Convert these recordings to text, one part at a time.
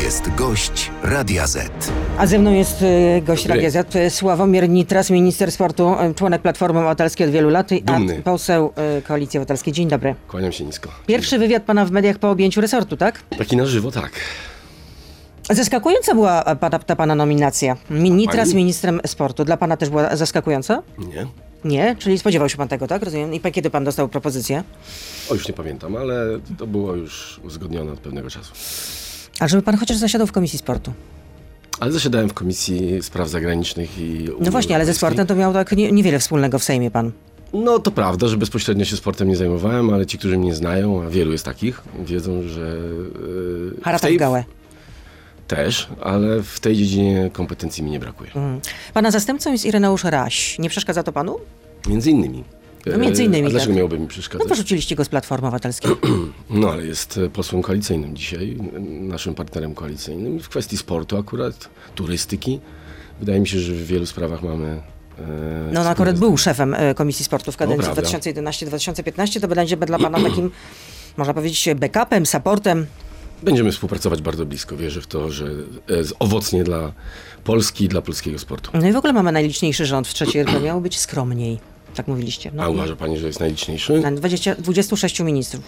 jest gość Radia Z. A ze mną jest gość Radia Z, Sławomir Nitras, minister sportu, członek Platformy Obywatelskiej od wielu lat, Dumny. a poseł Koalicji Obywatelskiej. Dzień dobry. Kłaniam się nisko. Pierwszy wywiad pana w mediach po objęciu resortu, tak? Taki na żywo, tak. Zaskakująca była ta pana nominacja. Nitras ministrem sportu. Dla pana też była zaskakująca? Nie? Nie? Czyli spodziewał się pan tego, tak? Rozumiem. I kiedy pan dostał propozycję? O, już nie pamiętam, ale to było już uzgodnione od pewnego czasu. A żeby pan chociaż zasiadał w Komisji Sportu. Ale zasiadałem w Komisji Spraw Zagranicznych i Unii No właśnie, ale ze Europejskiej. sportem to miał tak niewiele wspólnego w Sejmie pan. No to prawda, że bezpośrednio się sportem nie zajmowałem, ale ci, którzy mnie znają, a wielu jest takich, wiedzą, że Harata w gałę. też, ale w tej dziedzinie kompetencji mi nie brakuje. Pana zastępcą jest Ireneusz Raś. Nie przeszkadza to panu? Między innymi. No między innymi, A dlaczego tak. miałby mi No przeszkadzać? wyrzuciliście go z Platformy Obywatelskiej. No ale jest posłem koalicyjnym dzisiaj, naszym partnerem koalicyjnym w kwestii sportu akurat, turystyki. Wydaje mi się, że w wielu sprawach mamy... No on akurat był szefem Komisji Sportu w kadencji prawda. 2011-2015. To będzie dla pana takim, można powiedzieć, backupem, supportem. Będziemy współpracować bardzo blisko. Wierzę w to, że owocnie dla Polski i dla polskiego sportu. No i w ogóle mamy najliczniejszy rząd w trzeciej RP. Miało być skromniej. Tak mówiliście. A uważa pani, że jest najliczniejszy? 26 ministrów.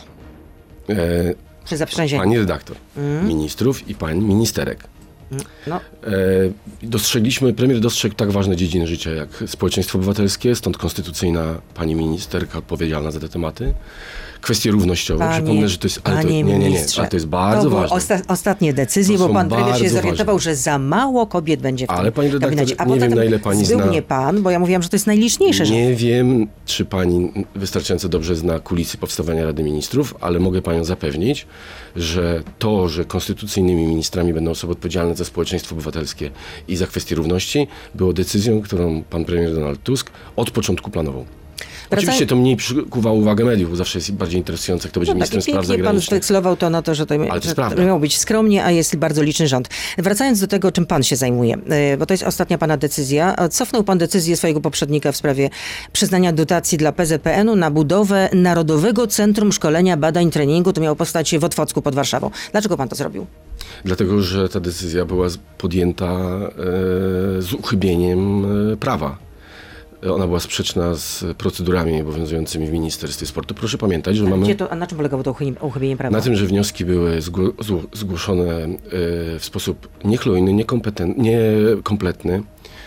Przy zaprzęzieniu. Pani redaktor, ministrów i pań ministerek. No. Premier dostrzegł tak ważne dziedziny życia jak społeczeństwo obywatelskie, stąd konstytucyjna pani ministerka odpowiedzialna za te tematy. Kwestie równościowe. Przypomnę, że to jest... Ale to, nie, ale to jest bardzo ważne. Ostatnie decyzje, To bo pan są premier się bardzo zorientował, ważne. że za mało kobiet będzie w tym Ale pani redaktor, gabinecie. A nie potem wiem, na ile pani zbył zna... mnie pan, bo ja mówiłam, że to jest najliczniejszy rząd. Nie wiem, czy pani wystarczająco dobrze zna kulisy powstawania Rady Ministrów, ale mogę panią zapewnić, że to, że konstytucyjnymi ministrami będą osoby odpowiedzialne za społeczeństwo obywatelskie i za kwestie równości, było decyzją, którą pan premier Donald Tusk od początku planował. Oczywiście to mniej przykuwa uwagę mediów, bo zawsze jest bardziej interesujące, kto będzie ministrem spraw pięknie pan zagranicznych. wykslował to na to, że to miało być skromnie, a jest bardzo liczny rząd. Wracając do tego, czym pan się zajmuje, bo to jest ostatnia pana decyzja. Cofnął pan decyzję swojego poprzednika w sprawie przyznania dotacji dla PZPN-u na budowę Narodowego Centrum Szkolenia Badań Treningu. To miało powstać w Otwocku pod Warszawą. Dlaczego pan to zrobił? Dlatego, że ta decyzja była podjęta z uchybieniem prawa. Ona była sprzeczna z procedurami obowiązującymi w Ministerstwie Sportu. Proszę pamiętać, że mamy... A na czym polegało to uchybienie prawa? Na tym, że wnioski były zgłoszone w sposób niechlujny, niekompletny.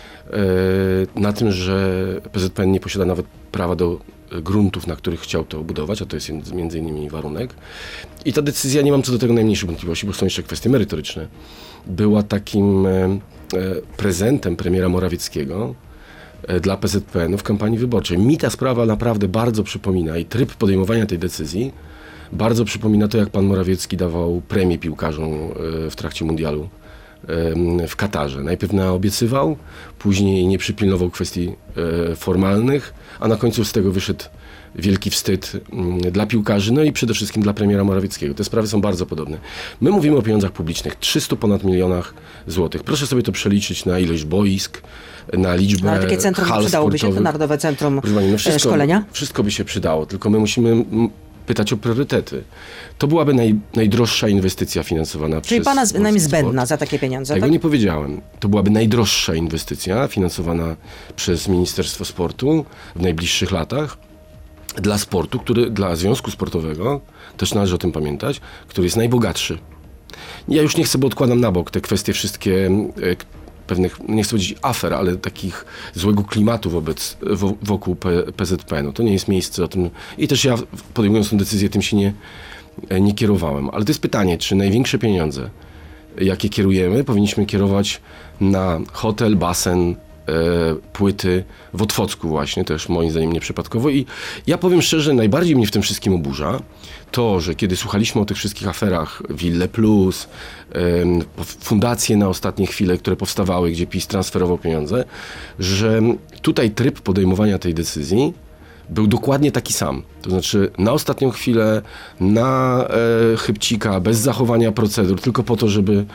Na tym, że PZPN nie posiada nawet prawa do gruntów, na których chciał to budować, a to jest między innymi warunek. I ta decyzja, nie mam co do tego najmniejszych wątpliwości, bo są jeszcze kwestie merytoryczne, była takim prezentem premiera Morawieckiego dla PZPN-u w kampanii wyborczej. Mi ta sprawa naprawdę bardzo przypomina i tryb podejmowania tej decyzji bardzo przypomina to, jak pan Morawiecki dawał premię piłkarzom w trakcie mundialu w Katarze. Najpierw naobiecywał, później nie przypilnował kwestii formalnych, a na końcu z tego wyszedł wielki wstyd dla piłkarzy, no i przede wszystkim dla premiera Morawieckiego. Te sprawy są bardzo podobne. My mówimy o pieniądzach publicznych, 300 ponad milionach złotych. Proszę sobie to przeliczyć na ilość boisk, na liczbę ale takie centrum hal przydałoby sportowych. się, to Narodowe Centrum Szkolenia? Wszystko by się przydało, tylko my musimy pytać o priorytety. To byłaby najdroższa inwestycja finansowana przez... Czyli pana zdaniem zbędna sport. za takie pieniądze, Tego tak? nie powiedziałem. To byłaby najdroższa inwestycja finansowana przez Ministerstwo Sportu w najbliższych latach dla sportu, dla Związku Sportowego, też należy o tym pamiętać, który jest najbogatszy. Ja już nie chcę, bo odkładam na bok te kwestie wszystkie pewnych, nie chcę powiedzieć afer, ale takich złego klimatu wokół PZPN-u. To nie jest miejsce o tym. I też ja, podejmując tę decyzję, tym się nie kierowałem. Ale to jest pytanie, czy największe pieniądze, jakie kierujemy, powinniśmy kierować na hotel, basen, płyty w Otwocku właśnie, też moim zdaniem nieprzypadkowo. I ja powiem szczerze, najbardziej mnie w tym wszystkim oburza to, że kiedy słuchaliśmy o tych wszystkich aferach, Ville Plus, fundacje na ostatnie chwile, które powstawały, gdzie PiS transferował pieniądze, że tutaj tryb podejmowania tej decyzji był dokładnie taki sam. To znaczy na ostatnią chwilę, na chybcika, bez zachowania procedur, tylko po to,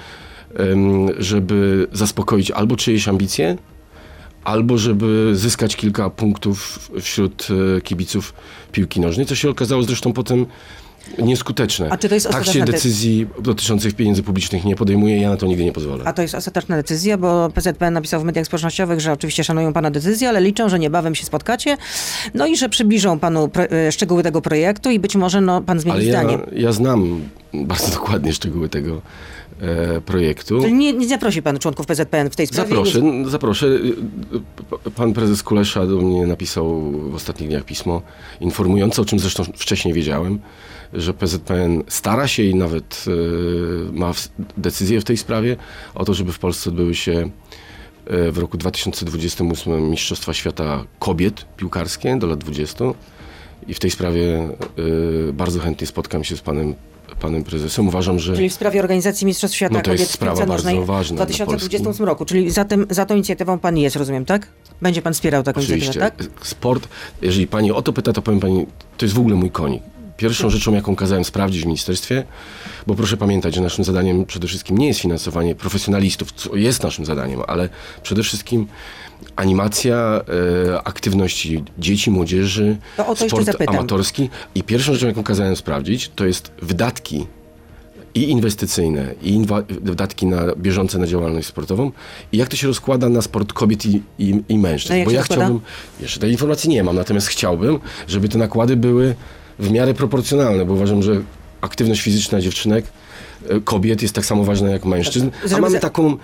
żeby zaspokoić albo czyjeś ambicje, albo żeby zyskać kilka punktów wśród kibiców piłki nożnej, co się okazało zresztą potem nieskuteczne. A czy to jest tak się ostateczna decyzji dotyczących pieniędzy publicznych nie podejmuje, ja na to nigdy nie pozwolę. A to jest ostateczna decyzja, bo PZPN napisał w mediach społecznościowych, że oczywiście szanują pana decyzję, ale liczą, że niebawem się spotkacie, no i że przybliżą panu szczegóły tego projektu i być może pan zmieni zdanie. Ja znam bardzo dokładnie szczegóły tego projektu. Czyli nie zaprosi pan członków PZPN w tej sprawie? Zaproszę. Pan prezes Kulesza do mnie napisał w ostatnich dniach pismo informujące, o czym zresztą wcześniej wiedziałem, że PZPN stara się i nawet ma decyzję w tej sprawie o to, żeby w Polsce odbyły się w roku 2028 Mistrzostwa Świata Kobiet piłkarskie do lat 20. I w tej sprawie bardzo chętnie spotkam się z panem prezesem. Uważam, że... Czyli w sprawie organizacji Mistrzostw Świata Kobiet w piłce nożnej w 2028 roku. Czyli za tą inicjatywą pan jest, rozumiem, tak? Będzie pan wspierał taką inicjatywę, tak? Sport, jeżeli pani o to pyta, to powiem pani, to jest w ogóle mój konik. Pierwszą rzeczą, jaką kazałem sprawdzić w ministerstwie, bo proszę pamiętać, że naszym zadaniem przede wszystkim nie jest finansowanie profesjonalistów, co jest naszym zadaniem, ale przede wszystkim animacja, aktywności dzieci, młodzieży, sport amatorski. I pierwszą rzeczą, jaką kazałem sprawdzić, to jest wydatki i inwestycyjne, i wydatki bieżące na działalność sportową i jak to się rozkłada na sport kobiet i mężczyzn. No, bo ja chciałbym, jeszcze tej informacji nie mam, natomiast chciałbym, żeby te nakłady były w miarę proporcjonalne, bo uważam, że aktywność fizyczna dziewczynek, kobiet jest tak samo ważna jak mężczyzn, a mamy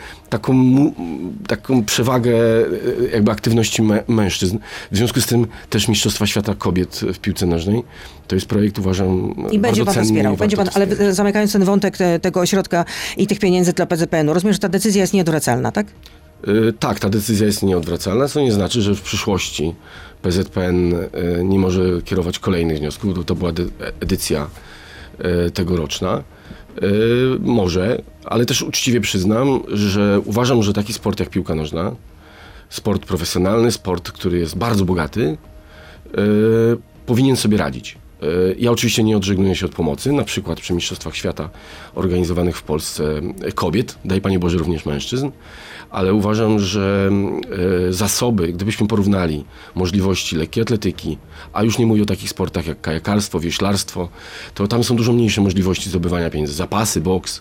taką przewagę jakby aktywności mężczyzn. W związku z tym też Mistrzostwa Świata Kobiet w piłce nożnej to jest projekt, uważam, i będzie bardzo pan cenny. wspierał. Ale zamykając ten wątek tego ośrodka i tych pieniędzy dla PZPN-u, rozumiem, że ta decyzja jest nieodwracalna, tak? Tak, ta decyzja jest nieodwracalna, co nie znaczy, że w przyszłości PZPN nie może kierować kolejnych wniosków, bo to była edycja tegoroczna. Może, ale też uczciwie przyznam, że uważam, że taki sport jak piłka nożna, sport profesjonalny, sport, który jest bardzo bogaty, powinien sobie radzić. Ja oczywiście nie odżegnuję się od pomocy, na przykład przy Mistrzostwach Świata organizowanych w Polsce kobiet, daj Panie Boże również mężczyzn, ale uważam, że zasoby, gdybyśmy porównali możliwości lekkiej atletyki, a już nie mówię o takich sportach jak kajakarstwo, wioślarstwo, to tam są dużo mniejsze możliwości zdobywania pieniędzy, zapasy, boks.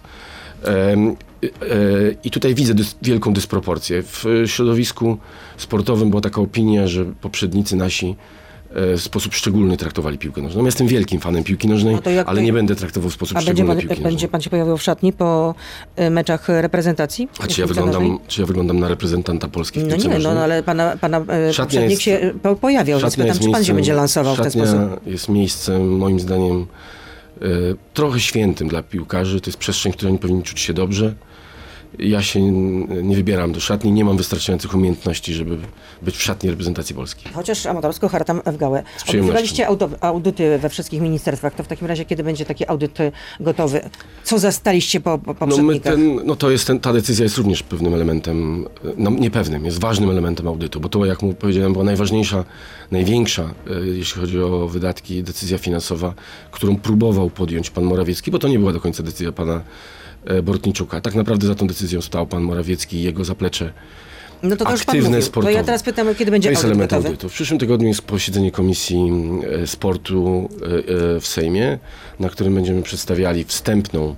I tutaj widzę wielką dysproporcję. W środowisku sportowym była taka opinia, że poprzednicy nasi w sposób szczególny traktowali piłkę nożną. Ja jestem wielkim fanem piłki nożnej, ale nie będę traktował w sposób szczególny piłki nożnej. Będzie pan się pojawiał w szatni po meczach reprezentacji? A czy ja wyglądam na reprezentanta Polski w piłce nożnej? No ale pana poprzednik się pojawiał, więc pytam, czy pan się będzie lansował w ten sposób? Szatnia jest miejscem, moim zdaniem, trochę świętym dla piłkarzy. To jest przestrzeń, w której oni powinni czuć się dobrze. Ja się nie wybieram do szatni, nie mam wystarczających umiejętności, żeby być w szatni reprezentacji Polski. Chociaż amatorsko hartam w gałę. Obiecywaliście audyty we wszystkich ministerstwach. To w takim razie, kiedy będzie taki audyt gotowy? Co zastaliście po poprzednikach? Ta decyzja jest również pewnym elementem, niepewnym, jest ważnym elementem audytu, bo to, jak mu powiedziałem, była największa, jeśli chodzi o wydatki, decyzja finansowa, którą próbował podjąć pan Morawiecki, bo to nie była do końca decyzja pana Bortniczuka. Tak naprawdę za tą decyzją stał pan Morawiecki i jego zaplecze aktywne sportowe. To ja teraz pytam, kiedy będzie audyt gotowy? Audytu. W przyszłym tygodniu jest posiedzenie Komisji Sportu w Sejmie, na którym będziemy przedstawiali wstępną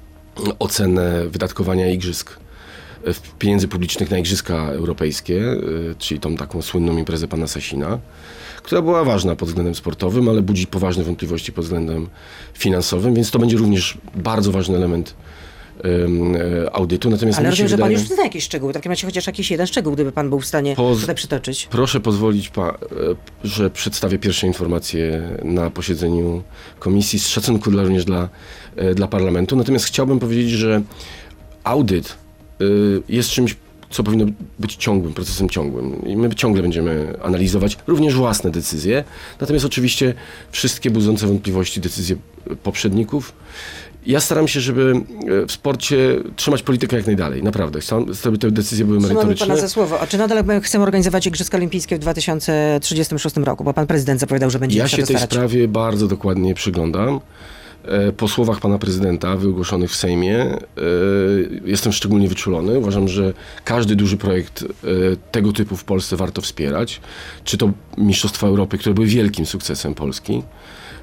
ocenę wydatkowania pieniędzy publicznych na Igrzyska Europejskie, czyli tą taką słynną imprezę pana Sasina, która była ważna pod względem sportowym, ale budzi poważne wątpliwości pod względem finansowym, więc to będzie również bardzo ważny element audytu. Natomiast ale rozumiem, że pan już zna jakieś szczegóły. Takie macie chociaż jakiś jeden szczegół, gdyby pan był w stanie tutaj przytoczyć. Proszę pozwolić, że przedstawię pierwsze informacje na posiedzeniu komisji z szacunku również dla parlamentu. Natomiast chciałbym powiedzieć, że audyt jest czymś, co powinno być procesem ciągłym. I my ciągle będziemy analizować również własne decyzje. Natomiast oczywiście wszystkie budzące wątpliwości decyzje poprzedników. Ja staram się, żeby w sporcie trzymać politykę jak najdalej. Naprawdę. Chcę, żeby te decyzje były merytoryczne. Trzymamy pana za słowo. A czy nadal chcemy organizować Igrzyska Olimpijskie w 2036 roku? Bo pan prezydent zapowiadał, że będzie się tej starać. sprawie bardzo dokładnie przyglądam. Po słowach pana prezydenta wygłoszonych w Sejmie jestem szczególnie wyczulony. Uważam, że każdy duży projekt tego typu w Polsce warto wspierać. Czy to Mistrzostwa Europy, które były wielkim sukcesem Polski,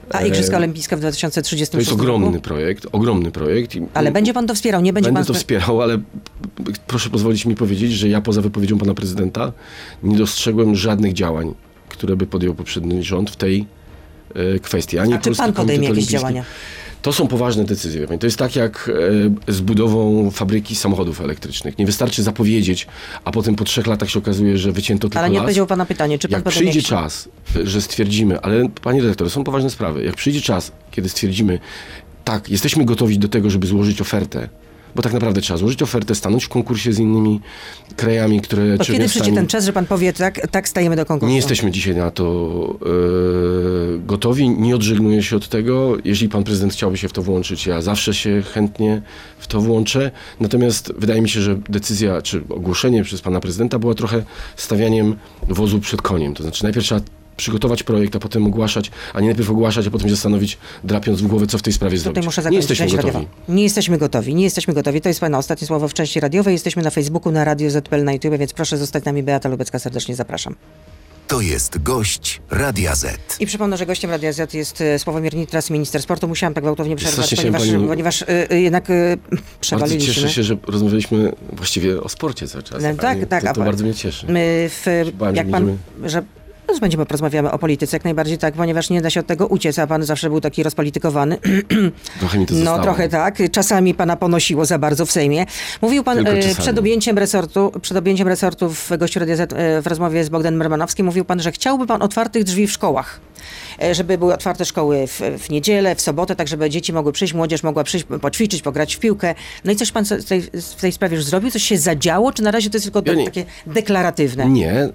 A Igrzyska Olimpijskie w 2036 To jest ogromny projekt. Ale będzie pan to wspierał, nie będzie Będę pan... to wspierał, ale proszę pozwolić mi powiedzieć, że ja poza wypowiedzią pana prezydenta nie dostrzegłem żadnych działań, które by podjął poprzedni rząd w tej kwestii. A czy pan podejmie jakieś działania? To są poważne decyzje. Wie pani. To jest tak jak z budową fabryki samochodów elektrycznych. Nie wystarczy zapowiedzieć, a potem po 3 latach się okazuje, że wycięto tylko Ale nie las. odpowiedział pan na pytanie, czy pan Jak podejmie przyjdzie czas, że stwierdzimy, ale panie dyrektorze, są poważne sprawy. Jak przyjdzie czas, kiedy stwierdzimy, tak, jesteśmy gotowi do tego, żeby złożyć ofertę, bo tak naprawdę trzeba złożyć ofertę, stanąć w konkursie z innymi krajami, które... To kiedy przyjdzie ten czas, że pan powie, tak stajemy do konkursu? Nie jesteśmy dzisiaj na to gotowi, nie odżegnuję się od tego. Jeśli pan prezydent chciałby się w to włączyć, ja zawsze się chętnie w to włączę. Natomiast wydaje mi się, że decyzja, czy ogłoszenie przez pana prezydenta było trochę stawianiem wozu przed koniem. To znaczy najpierw trzeba przygotować projekt, a potem ogłaszać, a nie najpierw ogłaszać, a potem się zastanowić, drapiąc w głowę, co w tej sprawie zrobić. Muszę Nie jesteśmy gotowi. Nie jesteśmy gotowi. To jest pana ostatnie słowo w części radiowej. Jesteśmy na Facebooku, na Radio ZPL, na YouTube, więc proszę zostać z nami. Beata Lubecka, serdecznie zapraszam. To jest gość Radia Z. I przypomnę, że gościem Radia Z jest Sławomir Nitras, minister sportu. Musiałam tak gwałtownie przerwać, ponieważ jednak przebaliliśmy. Bardzo cieszę się, że rozmawialiśmy właściwie o sporcie cały czas. Tak. To bardzo mnie cieszy. Będziemy porozmawiamy o polityce, jak najbardziej tak, ponieważ nie da się od tego uciec, a pan zawsze był taki rozpolitykowany. Trochę mi to zostało. No trochę tak. Czasami pana ponosiło za bardzo w Sejmie. Mówił pan przed objęciem resortu w gościu Radia Z w rozmowie z Bogdanem Mermanowskim, mówił pan, że chciałby pan otwartych drzwi w szkołach. Żeby były otwarte szkoły w niedzielę, w sobotę, tak żeby dzieci mogły przyjść, młodzież mogła przyjść, poćwiczyć, pograć w piłkę. No i coś pan w tej sprawie już zrobił? Coś się zadziało? Czy na razie to jest tylko takie deklaratywne? Nie.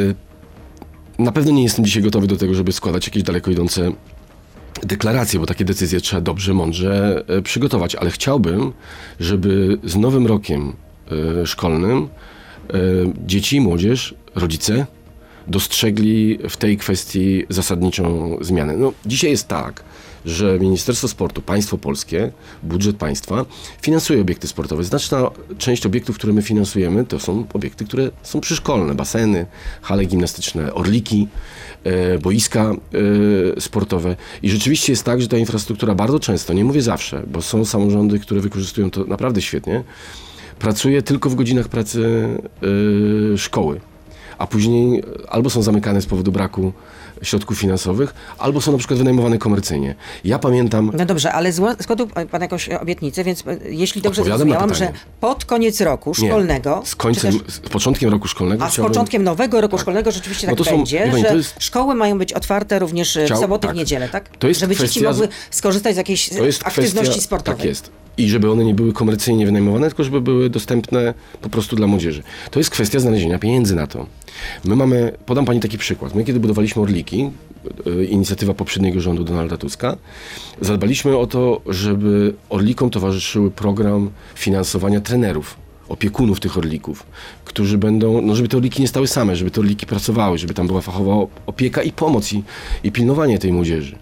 Na pewno nie jestem dzisiaj gotowy do tego, żeby składać jakieś daleko idące deklaracje, bo takie decyzje trzeba dobrze, mądrze przygotować. Ale chciałbym, żeby z nowym rokiem szkolnym dzieci, młodzież, rodzice dostrzegli w tej kwestii zasadniczą zmianę. No, dzisiaj jest tak, że Ministerstwo Sportu, państwo polskie, budżet państwa finansuje obiekty sportowe. Znaczna część obiektów, które my finansujemy, to są obiekty, które są przyszkolne. Baseny, hale gimnastyczne, orliki, boiska sportowe. I rzeczywiście jest tak, że ta infrastruktura bardzo często, nie mówię zawsze, bo są samorządy, które wykorzystują to naprawdę świetnie, pracuje tylko w godzinach pracy szkoły. A później albo są zamykane z powodu braku środków finansowych, albo są na przykład wynajmowane komercyjnie. Ja pamiętam... No dobrze, ale składał pan jakąś obietnicę, więc jeśli dobrze zrozumiałam, że pod koniec roku szkolnego... Z początkiem roku szkolnego... Z początkiem nowego roku szkolnego rzeczywiście tak będzie, że szkoły mają być otwarte również w soboty, w niedzielę, tak? To jest żeby dzieci mogły skorzystać z jakiejś aktywności sportowej. Tak jest. I żeby one nie były komercyjnie wynajmowane, tylko żeby były dostępne po prostu dla młodzieży. To jest kwestia znalezienia pieniędzy na to. Podam pani taki przykład. My kiedy budowaliśmy Orliki, inicjatywa poprzedniego rządu Donalda Tuska, zadbaliśmy o to, żeby Orlikom towarzyszył program finansowania trenerów, opiekunów tych orlików, którzy będą, żeby te orliki nie stały same, żeby te orliki pracowały, żeby tam była fachowa opieka i pomoc i pilnowanie tej młodzieży.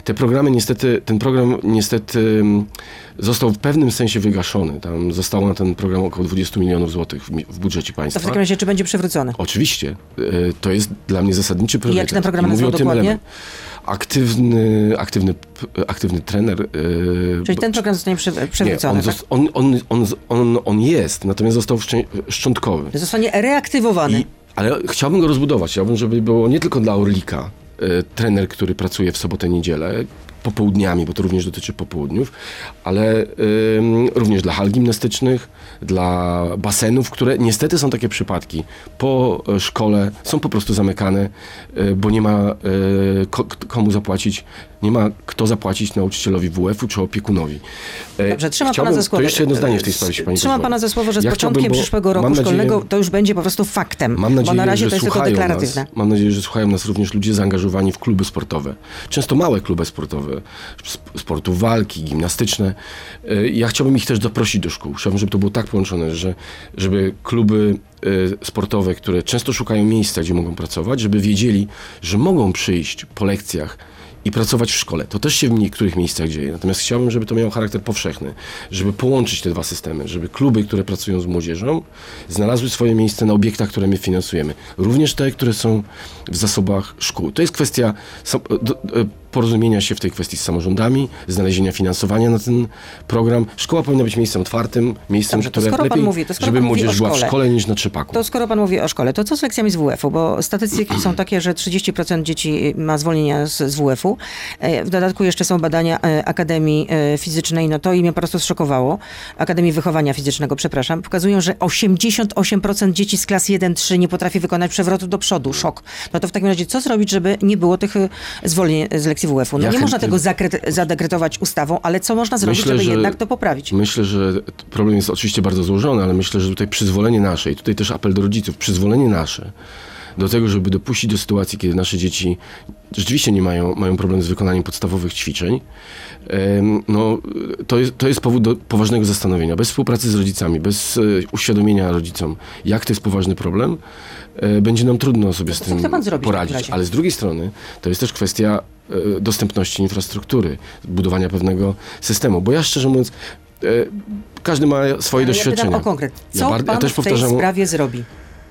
Ten program niestety został w pewnym sensie wygaszony. Tam zostało na ten program około 20 milionów złotych w budżecie państwa. To w takim razie czy będzie przywrócony? Oczywiście. To jest dla mnie zasadniczy priorytet. I jak ten program nazywał dokładnie? Aktywny trener. Czyli ten program zostanie przywrócony, nie, on jest, natomiast został szczątkowy. Zostanie reaktywowany. Ale chciałbym go rozbudować. Chciałbym, żeby było nie tylko dla Orlika trener, który pracuje w sobotę, niedzielę, popołudniami, bo to również dotyczy popołudniów, ale również dla hal gimnastycznych, dla basenów, które niestety są takie przypadki. Po szkole są po prostu zamykane, bo nie ma komu zapłacić, nie ma kto zapłacić nauczycielowi WF-u czy opiekunowi. Dobrze, trzymam pana za słowo. To jeszcze jedno zdanie w tej sprawie się pani Trzymam pana za słowo, że z początkiem przyszłego roku szkolnego to już będzie po prostu faktem, bo na razie to jest tylko deklaratywne. Mam nadzieję, że słuchają nas również ludzie zaangażowani w kluby sportowe. Często małe kluby sportowe, sportów walki, gimnastyczne. Ja chciałbym ich też zaprosić do szkół. Chciałbym, żeby to było tak połączone, żeby kluby sportowe, które często szukają miejsca, gdzie mogą pracować, żeby wiedzieli, że mogą przyjść po lekcjach i pracować w szkole. To też się w niektórych miejscach dzieje. Natomiast chciałbym, żeby to miało charakter powszechny, żeby połączyć te dwa systemy, żeby kluby, które pracują z młodzieżą, znalazły swoje miejsce na obiektach, które my finansujemy. Również te, które są w zasobach szkół. To jest kwestia porozumienia się w tej kwestii z samorządami, znalezienia finansowania na ten program. Szkoła powinna być miejscem otwartym, miejscem, które lepiej, żeby młodzież była w szkole niż na trzepaku. To skoro pan mówi o szkole, to co z lekcjami z WF-u? Bo statystyki są takie, że 30% dzieci ma zwolnienia z WF-u. W dodatku jeszcze są badania Akademii Fizycznej, no to i mnie po prostu zszokowało. Akademii Wychowania Fizycznego, przepraszam. Pokazują, że 88% dzieci z klas 1-3 nie potrafi wykonać przewrotu do przodu. Szok. No to w takim razie co zrobić, żeby nie było tych zwolnień z lekcji WF-u? No nie można tego zadekretować ustawą, ale co można zrobić, żeby jednak to poprawić? Myślę, że problem jest oczywiście bardzo złożony, ale myślę, że tutaj przyzwolenie nasze i tutaj też apel do rodziców, przyzwolenie nasze do tego, żeby dopuścić do sytuacji, kiedy nasze dzieci rzeczywiście nie mają problem z wykonaniem podstawowych ćwiczeń, no, to jest powód do poważnego zastanowienia. Bez współpracy z rodzicami, bez uświadomienia rodzicom, jak to jest poważny problem, będzie nam trudno sobie z tym poradzić. Ale z drugiej strony to jest też kwestia dostępności infrastruktury, budowania pewnego systemu. Bo ja szczerze mówiąc, każdy ma swoje doświadczenia. Ja pytam o konkret. Co pan w tej sprawie zrobi?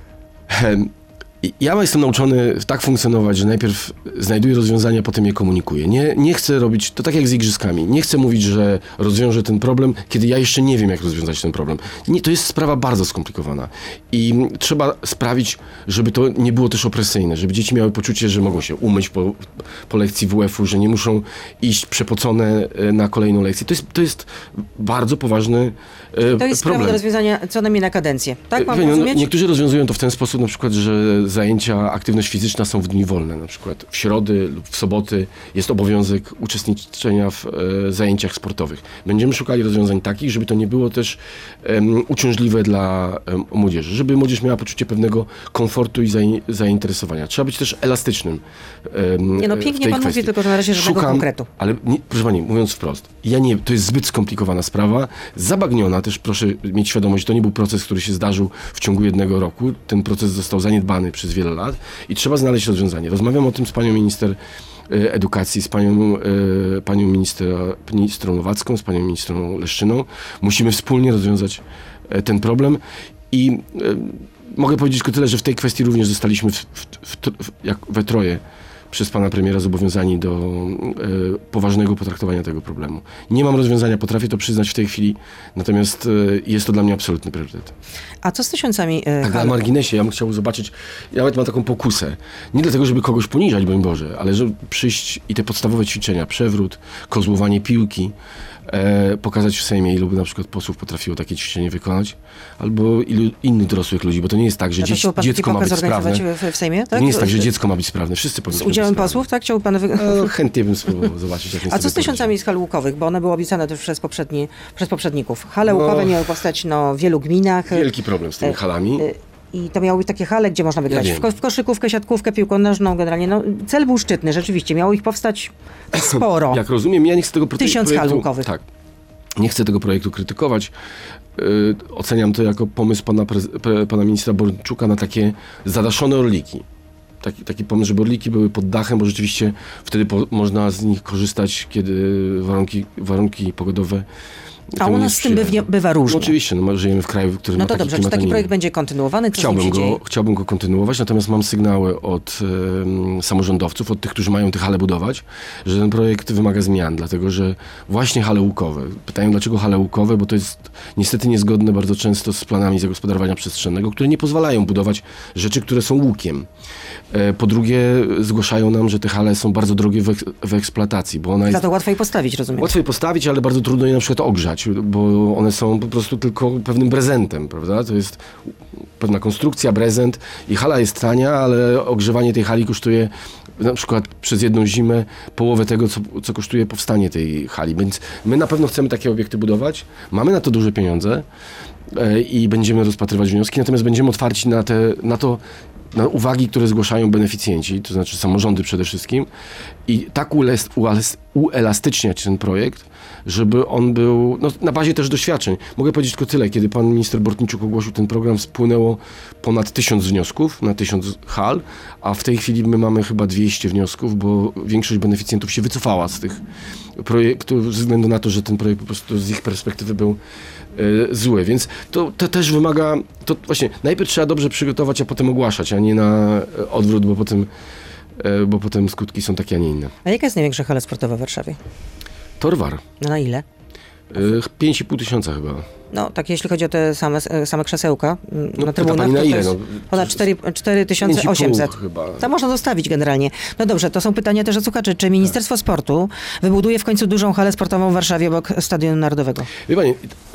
Ja jestem nauczony tak funkcjonować, że najpierw znajduję rozwiązania, potem je komunikuję. Nie chcę robić, to tak jak z igrzyskami, nie chcę mówić, że rozwiążę ten problem, kiedy ja jeszcze nie wiem, jak rozwiązać ten problem. Nie, to jest sprawa bardzo skomplikowana i trzeba sprawić, żeby to nie było też opresyjne, żeby dzieci miały poczucie, że mogą się umyć po lekcji WF-u, że nie muszą iść przepocone na kolejną lekcję. To jest bardzo poważny problem. To jest sprawa do rozwiązania co najmniej na kadencję. Tak mam rozumieć? Niektórzy rozwiązują to w ten sposób, na przykład, że zajęcia, aktywność fizyczna są w dni wolne, na przykład w środy lub w soboty jest obowiązek uczestniczenia w zajęciach sportowych. Będziemy szukali rozwiązań takich, żeby to nie było też uciążliwe dla młodzieży, żeby młodzież miała poczucie pewnego komfortu i zainteresowania. Trzeba być też elastycznym pięknie pan mówi, tylko że na razie żadnego konkretu. Ale proszę pani, mówiąc wprost, to jest zbyt skomplikowana sprawa, zabagniona też, proszę mieć świadomość, to nie był proces, który się zdarzył w ciągu jednego roku. Ten proces został zaniedbany przez wiele lat i trzeba znaleźć rozwiązanie. Rozmawiam o tym z panią minister edukacji, z panią ministrą Nowacką, z panią ministrą Leszczyną. Musimy wspólnie rozwiązać ten problem i mogę powiedzieć tylko tyle, że w tej kwestii również zostaliśmy jak we troje przez pana premiera zobowiązani do poważnego potraktowania tego problemu. Nie mam rozwiązania, potrafię to przyznać w tej chwili, natomiast jest to dla mnie absolutny priorytet. A co z tysiącami Tak, na marginesie, ja bym chciał zobaczyć, ja nawet mam taką pokusę, nie dlatego, żeby kogoś poniżać, broń Boże, ale żeby przyjść i te podstawowe ćwiczenia, przewrót, kozłowanie piłki, pokazać w Sejmie, ilu by na przykład posłów potrafiło takie ćwiczenie wykonać, albo ilu innych dorosłych ludzi, bo to nie jest tak, że dziecko ma być sprawne. W Sejmie, tak? Nie jest tak, że dziecko ma być sprawne, wszyscy powinni być udziałem posłów, tak? Chciałby pan chętnie bym spróbował zobaczyć, jak A co z tysiącami z hal łukowych? Bo one były obiecane też przez poprzedników. Hale łukowe miały powstać w wielu gminach. Wielki problem z tymi halami. I to miały być takie hale, gdzie można by grać w koszykówkę, siatkówkę, piłkę nożną, generalnie. Cel był szczytny, rzeczywiście. Miało ich powstać sporo. Jak rozumiem, ja nie chcę tego projektu... 1000 hal łukowych. Tak. Nie chcę tego projektu krytykować. Oceniam to jako pomysł pana ministra Borczuka na takie zadaszone orliki. Taki pomysł, żeby orliki były pod dachem, bo rzeczywiście wtedy można z nich korzystać, kiedy warunki pogodowe. A u nas z tym bywa różnie. No oczywiście, żyjemy w kraju, w którym No to dobrze, czy taki projekt będzie kontynuowany? Chciałbym go kontynuować, natomiast mam sygnały od samorządowców, od tych, którzy mają te hale budować, że ten projekt wymaga zmian, dlatego że właśnie hale łukowe. Pytają, dlaczego hale łukowe, bo to jest niestety niezgodne bardzo często z planami zagospodarowania przestrzennego, które nie pozwalają budować rzeczy, które są łukiem. Po drugie, zgłaszają nam, że te hale są bardzo drogie w eksploatacji, bo Za to łatwo je postawić, rozumiem. Łatwo je postawić, ale bardzo trudno je na przykład ogrzać, bo one są po prostu tylko pewnym prezentem, prawda? To jest pewna konstrukcja, prezent i hala jest tania, ale ogrzewanie tej hali kosztuje na przykład przez jedną zimę połowę tego, co kosztuje powstanie tej hali. Więc my na pewno chcemy takie obiekty budować, mamy na to duże pieniądze i będziemy rozpatrywać wnioski, natomiast będziemy otwarci na uwagi, które zgłaszają beneficjenci, to znaczy samorządy przede wszystkim i tak uelastyczniać ten projekt, żeby on był na bazie też doświadczeń. Mogę powiedzieć tylko tyle, kiedy pan minister Bortniczuk ogłosił ten program, spłynęło ponad 1000 wniosków na 1000 hal, a w tej chwili my mamy chyba 200 wniosków, bo większość beneficjentów się wycofała z tych projektów ze względu na to, że ten projekt po prostu z ich perspektywy był zły, więc to też wymaga, to właśnie najpierw trzeba dobrze przygotować, a potem ogłaszać, a nie na odwrót, bo potem bo potem skutki są takie, a nie inne. A jaka jest największa hala sportowa w Warszawie? Torwar. Na ile? 5,5 tysiąca chyba. No, tak jeśli chodzi o te same krzesełka na trybunach, pani na to ile? jest ponad 4800. Chyba. To można zostawić generalnie. No dobrze, to są pytania też od słuchaczy. Czy Ministerstwo Sportu wybuduje w końcu dużą halę sportową w Warszawie obok Stadionu Narodowego? Wie pani,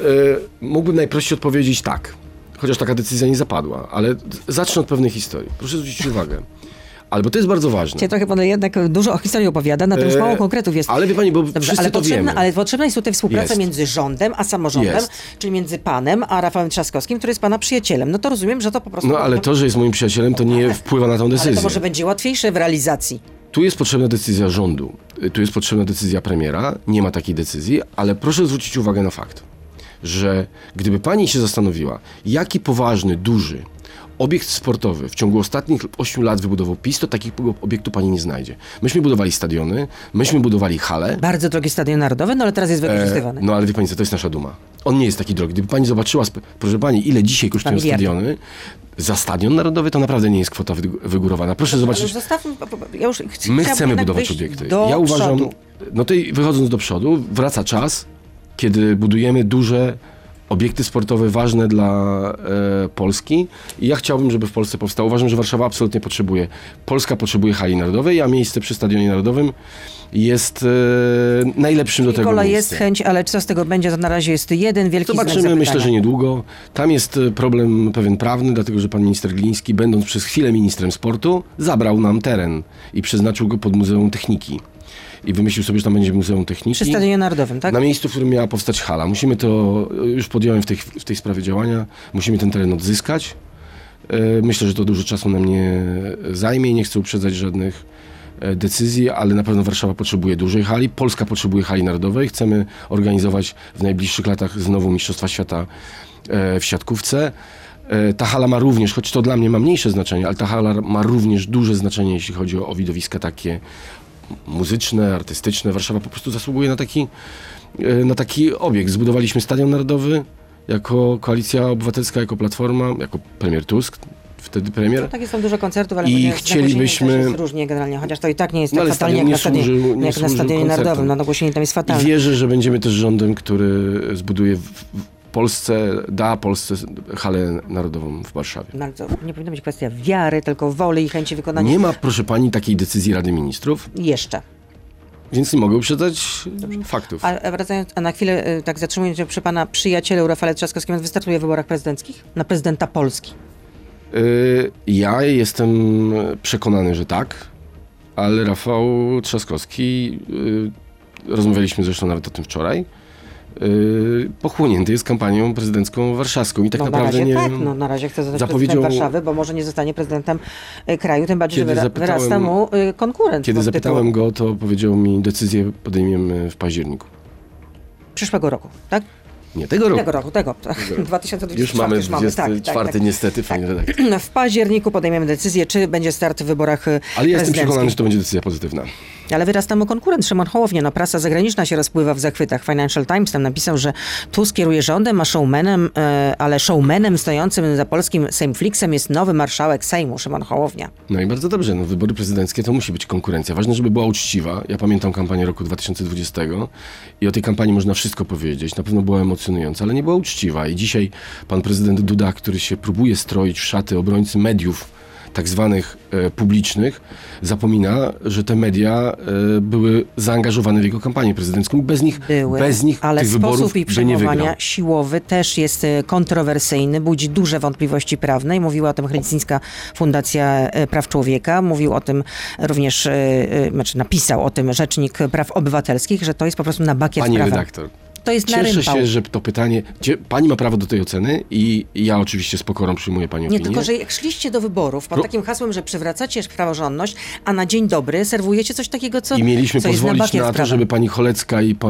mógłbym najprościej odpowiedzieć tak, chociaż taka decyzja nie zapadła, ale zacznę od pewnej historii. Proszę zwrócić uwagę. Ale bo to jest bardzo ważne. Cię trochę pan jednak dużo o historii opowiada, natomiast mało konkretów jest. Ale wie pani, bo wszyscy ale to wiemy. Ale potrzebna jest tutaj współpraca Jest. między rządem a samorządem, Jest. czyli między panem a Rafałem Trzaskowskim, który jest pana przyjacielem. No to rozumiem, że to po prostu... No ale to, że jest moim przyjacielem, to nie wpływa na tą decyzję. Ale to może będzie łatwiejsze w realizacji. Tu jest potrzebna decyzja rządu, tu jest potrzebna decyzja premiera, nie ma takiej decyzji, ale proszę zwrócić uwagę na fakt, że gdyby pani się zastanowiła, jaki poważny, duży obiekt sportowy w ciągu ostatnich 8 lat wybudował PiS, to takiego obiektu pani nie znajdzie. Myśmy budowali stadiony, myśmy budowali hale. Bardzo drogi Stadion Narodowy, no ale teraz jest wykorzystywany. No ale wie pani co, to jest nasza duma. On nie jest taki drogi. Gdyby pani zobaczyła, proszę pani, ile dzisiaj kosztują stadiony, za Stadion Narodowy to naprawdę nie jest kwota wygórowana. Proszę zobaczyć. Już zostawmy, ja już My chcemy budować obiekty. Ja uważam, no to wychodząc do przodu, wraca czas, kiedy budujemy duże obiekty sportowe ważne dla Polski i ja chciałbym, żeby w Polsce powstało. Uważam, że Warszawa absolutnie potrzebuje. Polska potrzebuje hali narodowej, a miejsce przy Stadionie Narodowym jest najlepszym do tego miejsca. Jest chęć, ale co z tego będzie, to na razie jest jeden wielki znak Zobaczymy, myślę, że niedługo. Tam jest problem pewien prawny, dlatego że pan minister Gliński, będąc przez chwilę ministrem sportu, zabrał nam teren i przeznaczył go pod Muzeum Techniki. I wymyślił sobie, że tam będzie Muzeum Techniki. Przy Stadionie Narodowym, tak? Na miejscu, w którym miała powstać hala. Musimy to, już podjąłem w tej sprawie działania, musimy ten teren odzyskać. Myślę, że to dużo czasu nam nie zajmie, nie chcę uprzedzać żadnych decyzji, ale na pewno Warszawa potrzebuje dużej hali, Polska potrzebuje hali narodowej. Chcemy organizować w najbliższych latach znowu Mistrzostwa Świata w siatkówce. Ta hala ma również, choć to dla mnie ma mniejsze znaczenie, ale ta hala ma również duże znaczenie, jeśli chodzi o widowiska takie muzyczne, artystyczne. Warszawa po prostu zasługuje na taki obiekt. Zbudowaliśmy Stadion Narodowy jako Koalicja Obywatelska, jako Platforma, jako premier Tusk, wtedy premier. No, tak jest tam dużo koncertów, ale i chcielibyśmy jest różnie generalnie, chociaż to i tak nie jest tak ale fatalnie jak na Stadionie Narodowym. No nagłośnienie tam jest fatalne. I wierzę, że będziemy też rządem, który zbuduje w Polsce, da Polsce halę narodową w Warszawie. No, ale to nie powinna być kwestia wiary, tylko woli i chęci wykonania. Nie ma, proszę pani, takiej decyzji Rady Ministrów. Jeszcze. Więc nie mogę uprzedzać faktów. A wracając, a na chwilę tak zatrzymując się przy pana przyjacielu Rafale Trzaskowskim, on wystartuje w wyborach prezydenckich? Na prezydenta Polski? Ja jestem przekonany, że tak, ale Rafał Trzaskowski, rozmawialiśmy zresztą nawet o tym wczoraj, pochłonięty jest kampanią prezydencką warszawską i tak naprawdę nie... Tak, na razie chce zostać prezydentem Warszawy, bo może nie zostanie prezydentem kraju, tym bardziej, że wyrasta mu konkurent. Kiedy zapytałem go, to powiedział mi, decyzję podejmiemy w październiku. Przyszłego roku, tak? Nie, tego roku. Tego. 2024 już mamy 24 tak. niestety, fajnie redaktor. W październiku podejmiemy decyzję, czy będzie start w wyborach ale ja jestem przekonany, że to będzie decyzja pozytywna. Ale wyrasta mu konkurent, Szymon Hołownia. No, prasa zagraniczna się rozpływa w zachwytach. Financial Times tam napisał, że Tusk kieruje rządem, a ale showmanem stojącym za polskim Sejmflixem jest nowy marszałek Sejmu, Szymon Hołownia. No i bardzo dobrze. No, wybory prezydenckie to musi być konkurencja. Ważne, żeby była uczciwa. Ja pamiętam kampanię roku 2020 i o tej kampanii można wszystko powiedzieć. Na pewno była emocjonująca, ale nie była uczciwa. I dzisiaj pan prezydent Duda, który się próbuje stroić w szaty obrońcy mediów tak zwanych publicznych, zapomina, że te media były zaangażowane w jego kampanię prezydencką. Bez nich ale tych wyborów sposób ich by nie wygrał. przejmowania siłowy też jest kontrowersyjny, budzi duże wątpliwości prawne i mówiła o tym Helsińska Fundacja Praw Człowieka. Mówił o tym również, napisał o tym Rzecznik Praw Obywatelskich, że to jest po prostu na bakier z prawem. Pani redaktor, to jest cieszę się, że to pytanie... Pani ma prawo do tej oceny i ja oczywiście z pokorą przyjmuję pani opinię. Nie, tylko że jak szliście do wyborów pod takim hasłem, że przywracacie praworządność, a na dzień dobry serwujecie coś takiego, co i mieliśmy co pozwolić na to, żeby pani Cholecka i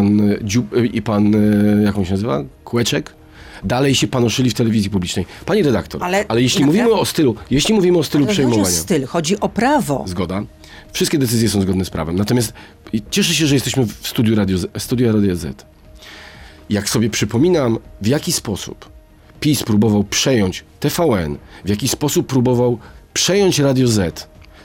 pan jak on się nazywa? Kłeczek? Dalej się panoszyli w telewizji publicznej. Pani redaktor, ale jeśli mówimy o stylu przejmowania... Chodzi o styl, chodzi o prawo. Zgoda. Wszystkie decyzje są zgodne z prawem. Natomiast cieszę się, że jesteśmy w studiu Radia Z. Jak sobie przypominam, w jaki sposób PiS próbował przejąć TVN, w jaki sposób próbował przejąć Radio Z,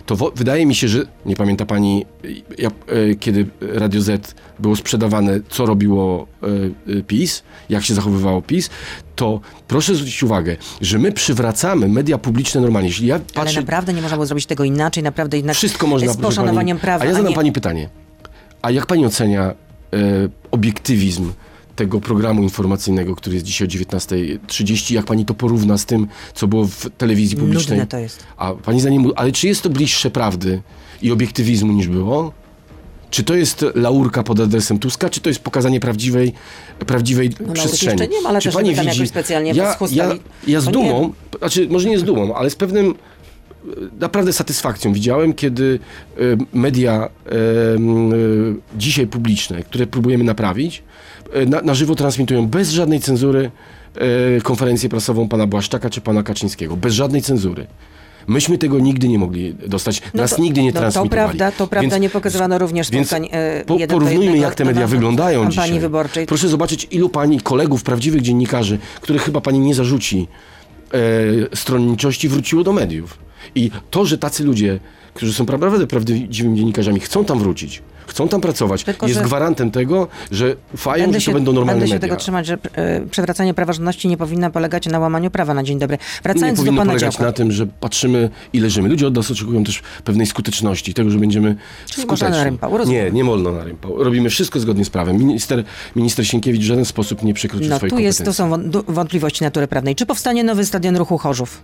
to wydaje mi się, że nie pamięta pani, kiedy Radio Z było sprzedawane, co robiło PiS, jak się zachowywało PiS, to proszę zwrócić uwagę, że my przywracamy media publiczne normalnie. Jeśli ja patrzę, ale naprawdę nie można było zrobić tego inaczej, naprawdę jednak wszystko można, z poszanowaniem prawa. A ja zadam pani pytanie. A jak pani ocenia obiektywizm tego programu informacyjnego, który jest dzisiaj o 19:30, jak pani to porówna z tym, co było w telewizji publicznej? Nudne to jest. A pani zdaniem, ale czy jest to bliższe prawdy i obiektywizmu niż było? Czy to jest laurka pod adresem Tuska, czy to jest pokazanie prawdziwej przestrzeni? Jeszcze nie ma, ale czy też pani tam widzi, jakoś specjalnie ja z dumą, znaczy może nie z dumą, ale z pewnym naprawdę satysfakcją widziałem, kiedy media dzisiaj publiczne, które próbujemy naprawić, na żywo transmitują bez żadnej cenzury konferencję prasową pana Błaszczaka czy pana Kaczyńskiego. Bez żadnej cenzury. Myśmy tego nigdy nie mogli dostać. Nas nigdy nie transmitowali. To prawda, więc, nie pokazywano również spotkań porównujmy, jak te media wyglądają dzisiaj. Wyborczej. Proszę zobaczyć, ilu pani kolegów, prawdziwych dziennikarzy, których chyba pani nie zarzuci stronniczości, wróciło do mediów. I to, że tacy ludzie, którzy są naprawdę prawdziwymi dziennikarzami, chcą tam wrócić, chcą tam pracować, jest gwarantem tego, że ufają, że to będą normalne media. Będę się tego trzymać, że przywracanie praworządności nie powinna polegać na łamaniu prawa na dzień dobry. Wracając nie do pana powinno polegać na tym, że patrzymy i leżymy. Ludzie od nas oczekują też pewnej skuteczności, tego, że będziemy skuteczni. Na rympał, nie wolno na rympał. Robimy wszystko zgodnie z prawem. Minister Sienkiewicz w żaden sposób nie przekroczył swoich kompetencji. To są wątpliwości natury prawnej. Czy powstanie nowy stadion Ruchu Chorzów?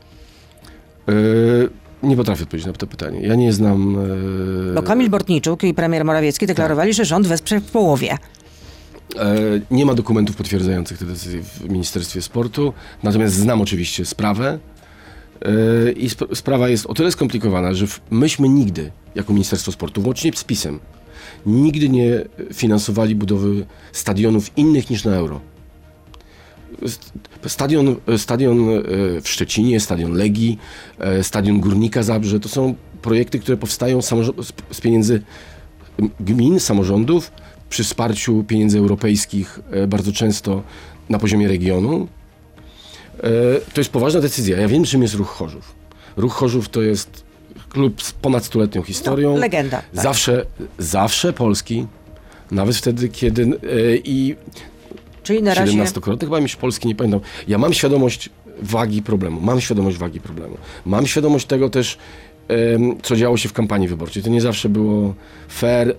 Nie potrafię odpowiedzieć na to pytanie. Ja nie znam... Bo Kamil Bortniczuk i premier Morawiecki deklarowali, że rząd wesprze w połowie. Nie ma dokumentów potwierdzających te decyzje w Ministerstwie Sportu, natomiast znam oczywiście sprawę i sprawa jest o tyle skomplikowana, że myśmy nigdy, jako Ministerstwo Sportu, włącznie z PiS-em, nigdy nie finansowali budowy stadionów innych niż na Euro. Stadion w Szczecinie, stadion Legii, stadion Górnika Zabrze, to są projekty, które powstają z pieniędzy gmin, samorządów, przy wsparciu pieniędzy europejskich, bardzo często na poziomie regionu. To jest poważna decyzja. Ja wiem, czym jest Ruch Chorzów. Ruch Chorzów to jest klub z ponad 100-letnią historią. Legenda. Tak. Zawsze polski, nawet wtedy, kiedy... Czyli na razie... 17-krotny, chyba już Polski, nie pamiętam. Ja mam świadomość wagi problemu. Mam świadomość tego też, co działo się w kampanii wyborczej. To nie zawsze było fair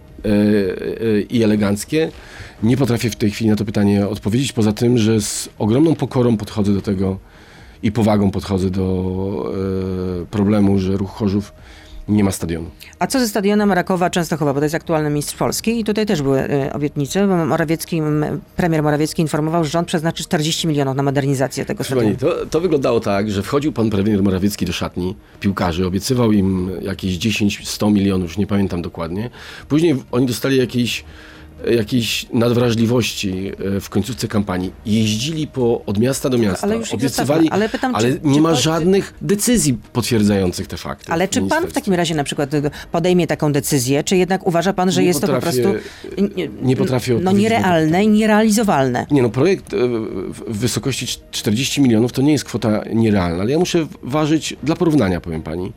i eleganckie. Nie potrafię w tej chwili na to pytanie odpowiedzieć, poza tym, że z ogromną pokorą podchodzę do tego i powagą podchodzę do problemu, że Ruch Chorzów nie ma stadionu. A co ze stadionem Rakowa Częstochowa, bo to jest aktualny mistrz Polski i tutaj też były obietnice, bo premier Morawiecki informował, że rząd przeznaczy 40 milionów na modernizację tego stadionu. To wyglądało tak, że wchodził pan premier Morawiecki do szatni piłkarzy, obiecywał im jakieś 10-100 milionów, już nie pamiętam dokładnie. Później oni dostali jakiejś nadwrażliwości w końcówce kampanii. Jeździli od miasta do miasta, obiecywali, ale nie ma żadnych decyzji potwierdzających te fakty. Ale czy pan w takim razie na przykład podejmie taką decyzję, czy jednak uważa pan, że jest to po prostu nierealne i nierealizowalne? Projekt w wysokości 40 milionów to nie jest kwota nierealna, ale ja muszę ważyć dla porównania, powiem pani.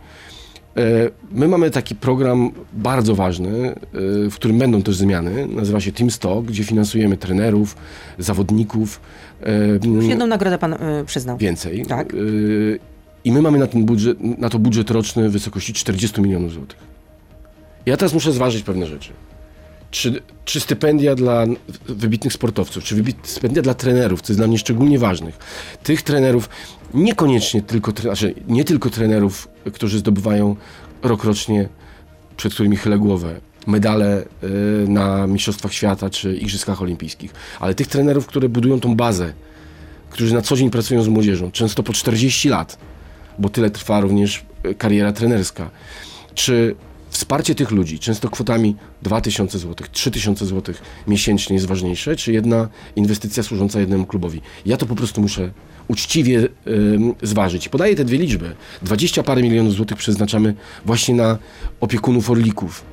My mamy taki program bardzo ważny, w którym będą też zmiany. Nazywa się Team 100, gdzie finansujemy trenerów, zawodników. Już jedną nagrodę pan przyznał. Więcej. Tak. I my mamy na to budżet roczny w wysokości 40 milionów złotych. Ja teraz muszę zważyć pewne rzeczy. Czy stypendia dla wybitnych sportowców, czy stypendia dla trenerów, co jest dla mnie szczególnie ważnych. Tych trenerów, niekoniecznie nie tylko trenerów, którzy zdobywają rokrocznie, przed którymi chylę głowę, medale na Mistrzostwach Świata czy Igrzyskach Olimpijskich, ale tych trenerów, które budują tą bazę, którzy na co dzień pracują z młodzieżą, często po 40 lat, bo tyle trwa również kariera trenerska. Czy wsparcie tych ludzi, często kwotami 2000 zł, 3000 zł miesięcznie jest ważniejsze, czy jedna inwestycja służąca jednemu klubowi? Ja to po prostu muszę uczciwie zważyć. Podaję te dwie liczby. 20 parę milionów złotych przeznaczamy właśnie na opiekunów orlików.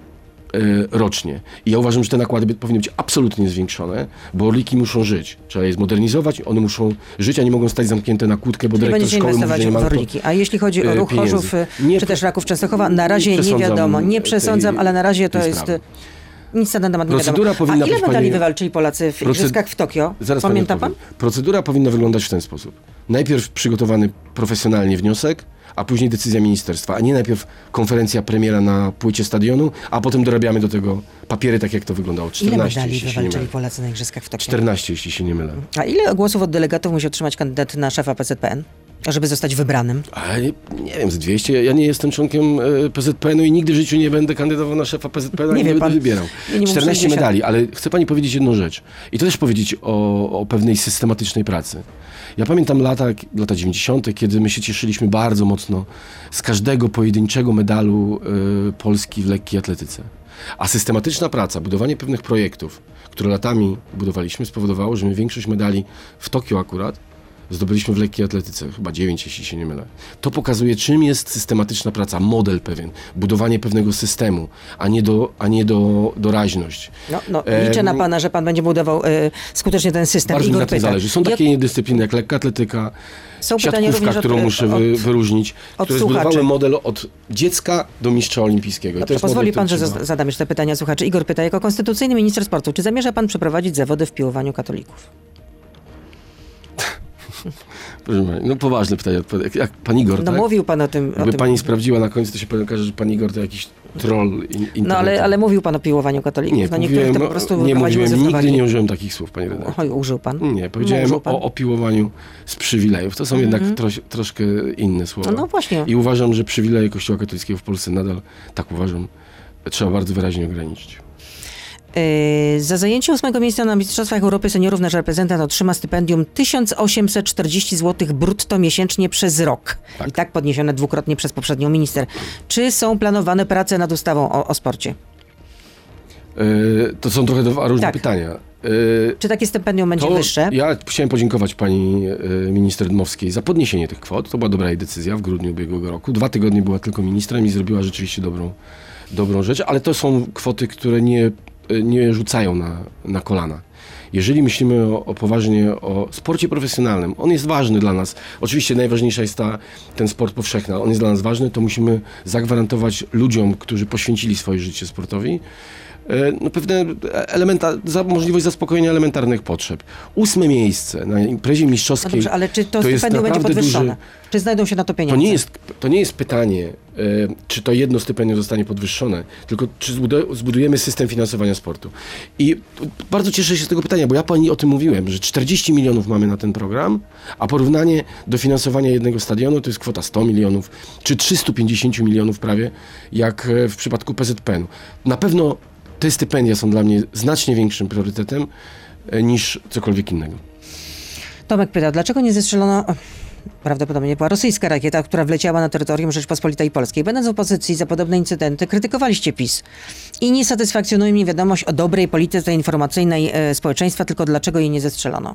rocznie. I ja uważam, że te nakłady powinny być absolutnie zwiększone, bo Orliki muszą żyć. Trzeba je zmodernizować, one muszą żyć, a nie mogą stać zamknięte na kłódkę, bo dyrektor szkoły mówi, że nie ma Orliki. A jeśli chodzi o ruch pieniędzy. Chorzów, czy też Raków Częstochowa, na razie nie wiadomo. Nie przesądzam, ale na razie to jest... Nic na ten temat nie wiadomo. A ile medali wywalczyli Polacy w igrzyskach w Tokio? Pamięta pan? Procedura powinna wyglądać w ten sposób. Najpierw przygotowany profesjonalnie wniosek, a później decyzja ministerstwa, a nie najpierw konferencja premiera na płycie stadionu, a potem dorabiamy do tego papiery, tak jak to wyglądało. 14, ile medali wywalczyli Polacy na igrzyskach w Tokio? 14, jeśli się nie mylę. A ile głosów od delegatów musi otrzymać kandydat na szefa PZPN? Żeby zostać wybranym? A nie wiem, z 200. Ja nie jestem członkiem PZPN-u i nigdy w życiu nie będę kandydował na szefa PZPN-u, nie będę wybierał. 14 medali, ale chcę pani powiedzieć jedną rzecz. I to też powiedzieć o pewnej systematycznej pracy. Ja pamiętam lata 90., kiedy my się cieszyliśmy bardzo mocno z każdego pojedynczego medalu Polski w lekkiej atletyce. A systematyczna praca, budowanie pewnych projektów, które latami budowaliśmy, spowodowało, że my większość medali w Tokio akurat zdobyliśmy w lekkiej atletyce, chyba 9, jeśli się nie mylę. To pokazuje, czym jest systematyczna praca, model pewien, budowanie pewnego systemu, a nie doraźność. Liczę na pana, że pan będzie budował skutecznie ten system. Bardzo mi na tym zależy. Są takie dyscypliny jak lekka atletyka, siatkówka, którą muszę wyróżnić, które zbudowały model od dziecka do mistrza olimpijskiego. To pozwoli pan, że zadam jeszcze pytania słuchaczy. Igor pyta, jako konstytucyjny minister sportu, czy zamierza pan przeprowadzić zawody w piłowaniu katolików? Proszę pani, no poważne pytanie. Jak pan Igor, tak? Mówił pan o tym. Jakby pani sprawdziła na końcu, to się okaże, że pan Igor to jakiś troll internetu. Ale mówił pan o piłowaniu katolików. Nie, niektórych to po prostu nie mówiłem, nigdy nie użyłem takich słów, panie redaktor. Oj, użył pan? Nie, powiedziałem o piłowaniu z przywilejów. To są jednak troszkę inne słowa. No właśnie. I uważam, że przywileje Kościoła katolickiego w Polsce nadal, tak uważam, trzeba bardzo wyraźnie ograniczyć. Za zajęcie 8. miejsca na Mistrzostwach Europy Seniorów nasz reprezentant otrzyma stypendium 1840 zł brutto miesięcznie przez rok. Tak. I tak podniesione dwukrotnie przez poprzednią minister. Czy są planowane prace nad ustawą o sporcie? To są trochę dwa różne pytania. Czy takie stypendium będzie wyższe? Ja chciałem podziękować pani minister Dmowskiej za podniesienie tych kwot. To była dobra jej decyzja w grudniu ubiegłego roku. 2 tygodnie była tylko ministrem i zrobiła rzeczywiście dobrą rzecz, ale to są kwoty, które nie rzucają na kolana. Jeżeli myślimy poważnie o sporcie profesjonalnym, on jest ważny dla nas. Oczywiście najważniejsza jest ten sport powszechny, on jest dla nas ważny, to musimy zagwarantować ludziom, którzy poświęcili swoje życie sportowi, pewne możliwość zaspokojenia elementarnych potrzeb. 8. miejsce na imprezie mistrzowskiej. Dobrze, ale czy to stypendium będzie podwyższone? Czy znajdą się na to pieniądze? To nie jest pytanie, czy to jedno stypendium zostanie podwyższone, tylko czy zbudujemy system finansowania sportu. I bardzo cieszę się z tego pytania, bo ja pani o tym mówiłem, że 40 milionów mamy na ten program, a porównanie dofinansowania jednego stadionu to jest kwota 100 milionów, czy 350 milionów prawie, jak w przypadku PZPN-u. Na pewno te stypendia są dla mnie znacznie większym priorytetem niż cokolwiek innego. Tomek pyta, dlaczego nie zestrzelono... Prawdopodobnie była rosyjska rakieta, która wleciała na terytorium Rzeczpospolitej Polskiej. Będąc w opozycji za podobne incydenty, krytykowaliście PiS. I nie satysfakcjonuje mnie wiadomość o dobrej polityce informacyjnej społeczeństwa, tylko dlaczego jej nie zestrzelono?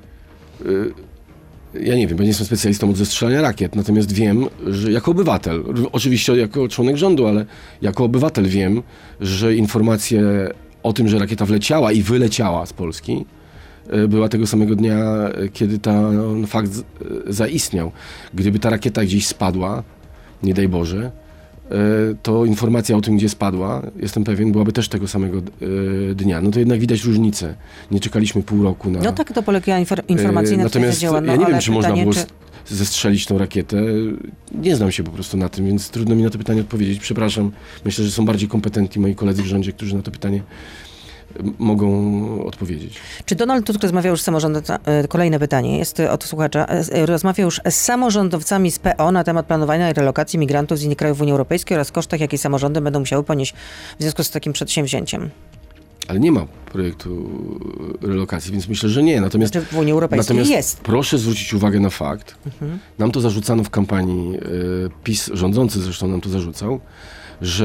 Ja nie wiem, bo nie jestem specjalistą od zestrzelania rakiet, natomiast wiem, że jako obywatel, oczywiście jako członek rządu, ale jako obywatel wiem, że informacje o tym, że rakieta wleciała i wyleciała z Polski, była tego samego dnia, kiedy ten fakt zaistniał. Gdyby ta rakieta gdzieś spadła, nie daj Boże, to informacja o tym, gdzie spadła, jestem pewien, byłaby też tego samego dnia. No to jednak widać różnicę. Nie czekaliśmy pół roku na... No tak, to polega informacyjna natomiast działa. Ja nie wiem, czy można było zestrzelić tą rakietę. Nie znam się po prostu na tym, więc trudno mi na to pytanie odpowiedzieć. Przepraszam. Myślę, że są bardziej kompetentni moi koledzy w rządzie, którzy na to pytanie mogą odpowiedzieć. Czy Donald Tusk rozmawiał już z samorządowcami? Kolejne pytanie jest od słuchacza. Rozmawiał już z samorządowcami z PO na temat planowania i relokacji migrantów z innych krajów Unii Europejskiej oraz kosztach, jakie samorządy będą musiały ponieść w związku z takim przedsięwzięciem. Ale nie ma projektu relokacji, więc myślę, że nie. Natomiast w Unii Europejskiej jest. Proszę zwrócić uwagę na fakt, nam to zarzucano w kampanii, PiS rządzący zresztą nam to zarzucał, że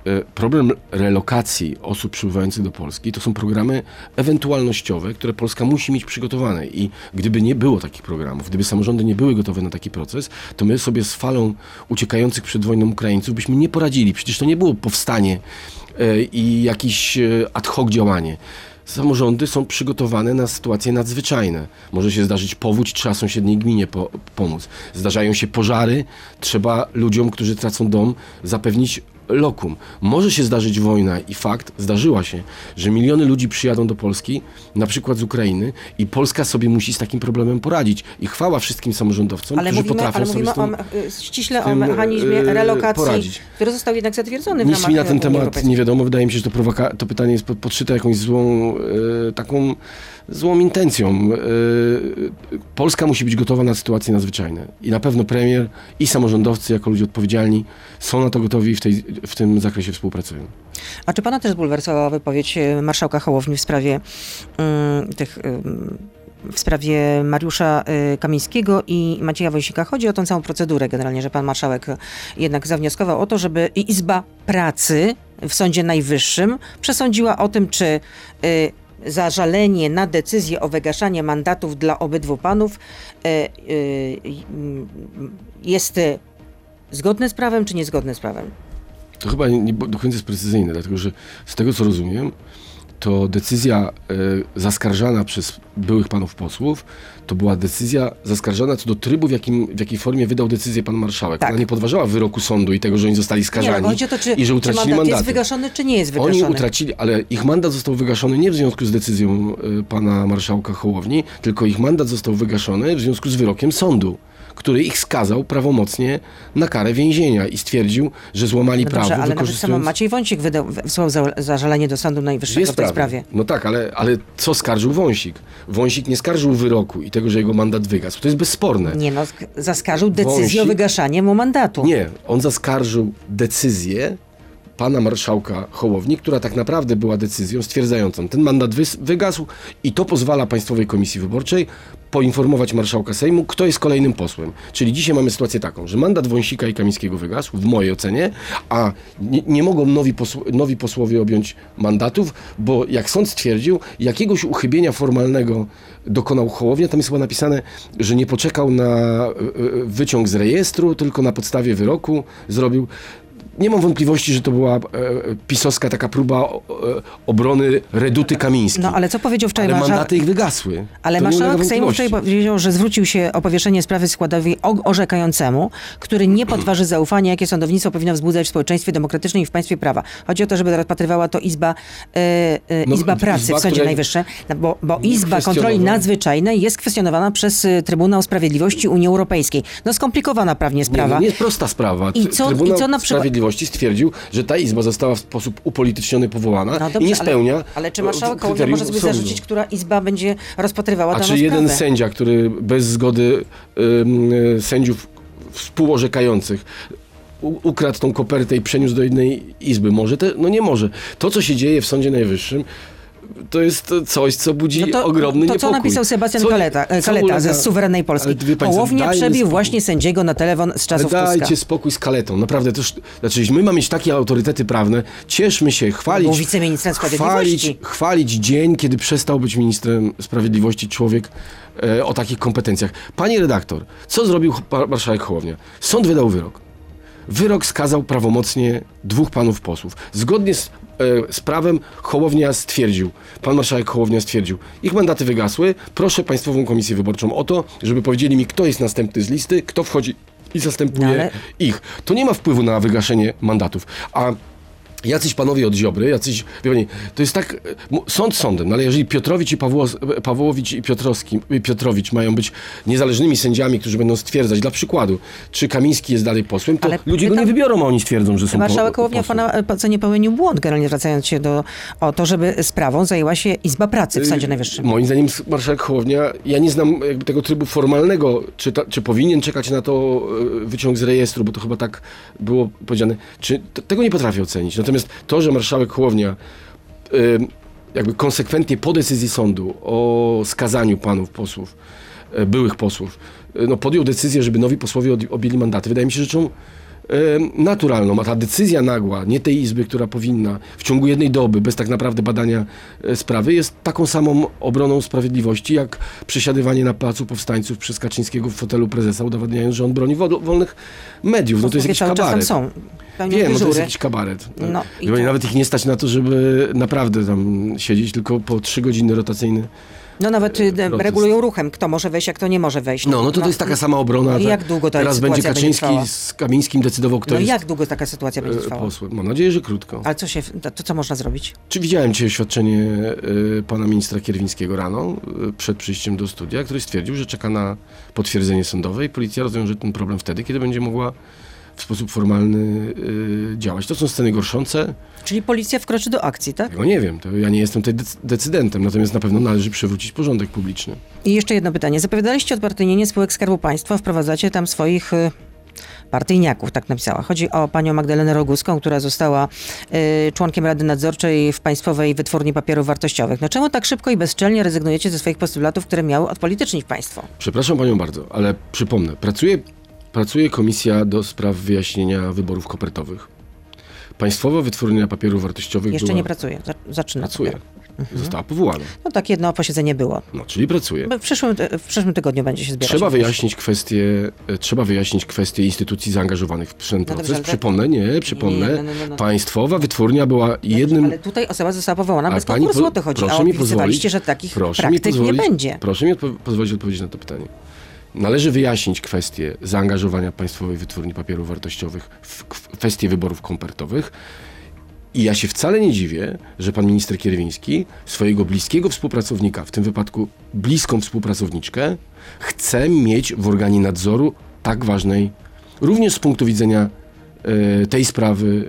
problem relokacji osób przybywających do Polski to są programy ewentualnościowe, które Polska musi mieć przygotowane i gdyby nie było takich programów, gdyby samorządy nie były gotowe na taki proces, to my sobie z falą uciekających przed wojną Ukraińców byśmy nie poradzili. Przecież to nie było powstanie i jakieś ad hoc działanie. Samorządy są przygotowane na sytuacje nadzwyczajne. Może się zdarzyć powódź, trzeba sąsiedniej gminie pomóc. Zdarzają się pożary, trzeba ludziom, którzy tracą dom, zapewnić lokum. Może się zdarzyć wojna i fakt, zdarzyła się, że miliony ludzi przyjadą do Polski, na przykład z Ukrainy i Polska sobie musi z takim problemem poradzić. I chwała wszystkim samorządowcom, którzy potrafią sobie z tym ściśle o mechanizmie relokacji, poradzić. Który został jednak zatwierdzony w ramach Nic mi na ten temat nie wiadomo. Wydaje mi się, że to pytanie jest podszyte jakąś taką złą intencją. Polska musi być gotowa na sytuacje nadzwyczajne. I na pewno premier i samorządowcy, jako ludzie odpowiedzialni, są na to gotowi i w tym zakresie współpracują. A czy pana też zbulwersowała wypowiedź marszałka Hołowni w sprawie w sprawie Mariusza Kamińskiego i Macieja Wąsika? Chodzi o tą całą procedurę generalnie, że pan marszałek jednak zawnioskował o to, żeby Izba Pracy w Sądzie Najwyższym przesądziła o tym, czy zażalenie na decyzję o wygaszanie mandatów dla obydwu panów jest zgodne z prawem, czy niezgodne z prawem? To chyba nie do końca jest precyzyjne, dlatego że z tego, co rozumiem, to decyzja zaskarżana przez byłych panów posłów, to była decyzja zaskarżana co do trybu, w jakiej formie wydał decyzję pan marszałek. Tak. Ona nie podważała wyroku sądu i tego, że oni zostali skazani chodzi o to, i że utracili mandat mandaty. Jest wygaszony, czy nie jest wygaszony? Oni utracili, ale ich mandat został wygaszony nie w związku z decyzją pana marszałka Hołowni, tylko ich mandat został wygaszony w związku z wyrokiem sądu, który ich skazał prawomocnie na karę więzienia i stwierdził, że złamali prawo. Dobrze, ale nawet sam Maciej Wąsik wysłał zażalenie do Sądu Najwyższego w tej sprawie. No tak, ale co skarżył Wąsik? Wąsik nie skarżył wyroku i tego, że jego mandat wygasł. To jest bezsporne. Nie no, zaskarżył decyzję o wygaszaniu mu mandatu. Nie, on zaskarżył decyzję pana marszałka Hołowni, która tak naprawdę była decyzją stwierdzającą, ten mandat wygasł i to pozwala Państwowej Komisji Wyborczej poinformować marszałka Sejmu, kto jest kolejnym posłem. Czyli dzisiaj mamy sytuację taką, że mandat Wąsika i Kamińskiego wygasł, w mojej ocenie, a nie mogą nowi posłowie objąć mandatów, bo jak sąd stwierdził, jakiegoś uchybienia formalnego dokonał Hołownia, tam jest chyba napisane, że nie poczekał na wyciąg z rejestru, tylko na podstawie wyroku zrobił. Nie mam wątpliwości, że to była pisowska taka próba obrony reduty Kamińskiej. No ale co powiedział wczoraj marszałek? Mandaty ich wygasły. Ale marszałek Sejmu wczoraj powiedział, że zwrócił się o powieszenie sprawy składowej orzekającemu, który nie podważy zaufania, jakie sądownictwo powinno wzbudzać w społeczeństwie demokratycznym i w państwie prawa. Chodzi o to, żeby rozpatrywała to Izba Pracy w Sądzie Najwyższym, bo Izba Kontroli Nadzwyczajnej jest kwestionowana przez Trybunał Sprawiedliwości Unii Europejskiej. No skomplikowana prawnie sprawa. Nie jest prosta sprawa. I co na przykład stwierdził, że ta izba została w sposób upolityczniony powołana i nie spełnia. Ale czy marszałek Hołownia może sobie zarzucić, która izba będzie rozpatrywała daną sprawę? A czy jeden sędzia, który bez zgody sędziów współorzekających ukradł tą kopertę i przeniósł do jednej izby? Może? No nie może. To, co się dzieje w Sądzie Najwyższym, to jest coś, co budzi ogromny niepokój. To, co napisał Sebastian Kaleta ze Suwerennej Polski. Hołownia przebił właśnie sędziego na telefon z czasów Tuska. Dajcie spokój z Kaletą. Naprawdę, my mamy mieć takie autorytety prawne. Cieszmy się, chwalić dzień, kiedy przestał być ministrem sprawiedliwości człowiek o takich kompetencjach. Pani redaktor, co zrobił marszałek Hołownia? Sąd wydał wyrok. Wyrok skazał prawomocnie 2 panów posłów. Zgodnie z prawem pan marszałek Hołownia stwierdził, ich mandaty wygasły, proszę Państwową Komisję Wyborczą o to, żeby powiedzieli mi, kto jest następny z listy, kto wchodzi i zastępuje ich. To nie ma wpływu na wygaszenie mandatów. A jacyś panowie od Ziobry, wie pani, to jest tak, sąd sądem, ale jeżeli Piotrowicz i Pawłowicz i Piotrowicz mają być niezależnymi sędziami, którzy będą stwierdzać, dla przykładu, czy Kamiński jest dalej posłem, to ludzie go nie wybiorą, a oni stwierdzą, że są marszałek Hołownia co nie popełnił błąd, generalnie zwracając się o to, żeby sprawą zajęła się Izba Pracy w Sądzie Najwyższym. Moim zdaniem marszałek Hołownia, ja nie znam jakby tego trybu formalnego, czy powinien czekać na to wyciąg z rejestru, bo to chyba tak było powiedziane, tego nie potrafię ocenić. Natomiast to, że marszałek Hołownia jakby konsekwentnie po decyzji sądu o skazaniu panów posłów, byłych posłów, podjął decyzję, żeby nowi posłowie objęli mandaty, wydaje mi się rzeczą naturalną, a ta decyzja nagła, nie tej Izby, która powinna w ciągu jednej doby, bez tak naprawdę badania sprawy, jest taką samą obroną sprawiedliwości, jak przesiadywanie na Placu Powstańców przez Kaczyńskiego w fotelu prezesa, udowadniając, że on broni wolnych mediów. No to jest jakiś kabaret. Wiem, to jest jakiś kabaret. No, nawet ich nie stać na to, żeby naprawdę tam siedzieć, tylko po 3 godziny rotacyjny. No nawet regulują ruchem, kto może wejść, a kto nie może wejść. No to jest taka sama obrona. I jak długo ta teraz będzie Kaczyński z Kamińskim decydował, kto jest... jak długo taka sytuacja będzie trwała? Posłem. Mam nadzieję, że krótko. Ale co można zrobić? Czy widziałem dzisiaj oświadczenie pana ministra Kierwińskiego rano, przed przyjściem do studia, który stwierdził, że czeka na potwierdzenie sądowe i policja rozwiąże ten problem wtedy, kiedy będzie mogła w sposób formalny działać. To są sceny gorszące. Czyli policja wkroczy do akcji, tak? Tego nie wiem, to ja nie jestem tutaj decydentem, natomiast na pewno należy przywrócić porządek publiczny. I jeszcze jedno pytanie. Zapowiadaliście odpartyjnienie spółek Skarbu Państwa, wprowadzacie tam swoich partyjniaków, tak napisała. Chodzi o panią Magdalenę Roguską, która została członkiem Rady Nadzorczej w Państwowej Wytwórni Papierów Wartościowych. No czemu tak szybko i bezczelnie rezygnujecie ze swoich postulatów, które miały odpolitycznić państwo? Przepraszam panią bardzo, ale przypomnę, pracuje komisja do spraw wyjaśnienia wyborów kopertowych. Państwowa Wytwórnia Papierów Wartościowych jeszcze nie pracuje, zaczyna. Pracuje. Została powołana. No tak, jedno posiedzenie było. No, czyli pracuje. W przyszłym tygodniu będzie się zbierać. Trzeba wyjaśnić kwestie instytucji zaangażowanych w ten proces. Dobrze, przypomnę. Państwowa Wytwórnia była jednym... Ale tutaj osoba została powołana bez konkursu, o to chodzi. A obiecywaliście, że takich praktyk nie będzie. Proszę mi pozwolić odpowiedzieć na to pytanie. Należy wyjaśnić kwestię zaangażowania Państwowej Wytwórni Papierów Wartościowych w kwestie wyborów kopertowych. I ja się wcale nie dziwię, że pan minister Kierwiński swojego bliskiego współpracownika, w tym wypadku bliską współpracowniczkę, chce mieć w organie nadzoru tak ważnej, również z punktu widzenia tej sprawy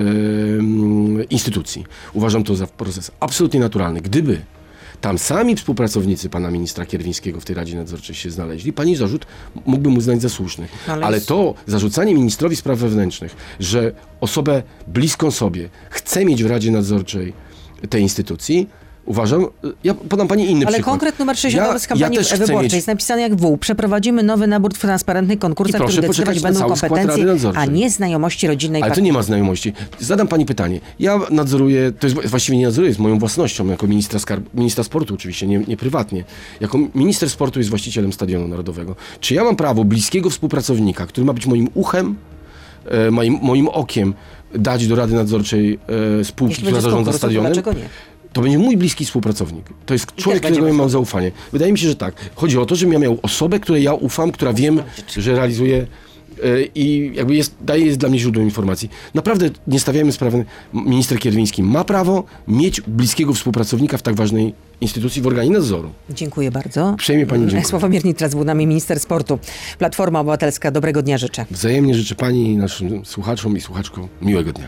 instytucji. Uważam to za proces absolutnie naturalny. Gdyby tam sami współpracownicy pana ministra Kierwińskiego w tej Radzie Nadzorczej się znaleźli, pani zarzut mógłbym uznać za słuszny. Ale to zarzucanie ministrowi spraw wewnętrznych, że osobę bliską sobie chce mieć w Radzie Nadzorczej tej instytucji, uważam, ja podam pani inny przykład. Ale konkret numer 60 z kampanii wyborczej jest napisany jak wół. Przeprowadzimy nowy nabór w transparentnych konkursach, w których decydować będą kompetencje, a nie znajomości rodzinnej partii. Ale to nie ma znajomości. Zadam pani pytanie. Ja nadzoruję, to jest właściwie nie nadzoruję, jest moją własnością, jako ministra sportu oczywiście, nie prywatnie. Jako minister sportu jest właścicielem Stadionu Narodowego. Czy ja mam prawo bliskiego współpracownika, który ma być moim uchem, moim okiem, dać do Rady Nadzorczej spółki, która zarządza stadionem? Dlaczego nie? To będzie mój bliski współpracownik. To jest człowiek, którego ja mam zaufanie. Wydaje mi się, że tak. Chodzi o to, żebym ja miał osobę, której ja ufam, która wiem, że realizuje i jakby jest dla mnie źródłem informacji. Naprawdę nie stawiajmy sprawy. Minister Kierwiński ma prawo mieć bliskiego współpracownika w tak ważnej instytucji w organie nadzoru. Dziękuję bardzo. Uprzejmie pani dziękuję. Sławomir Nitras był nami, minister sportu. Platforma Obywatelska. Dobrego dnia życzę. Wzajemnie życzę pani i naszym słuchaczom i słuchaczkom miłego dnia.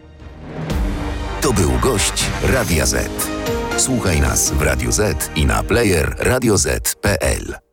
To był gość Radia Z. Słuchaj nas w Radio Z i na player radioz.pl.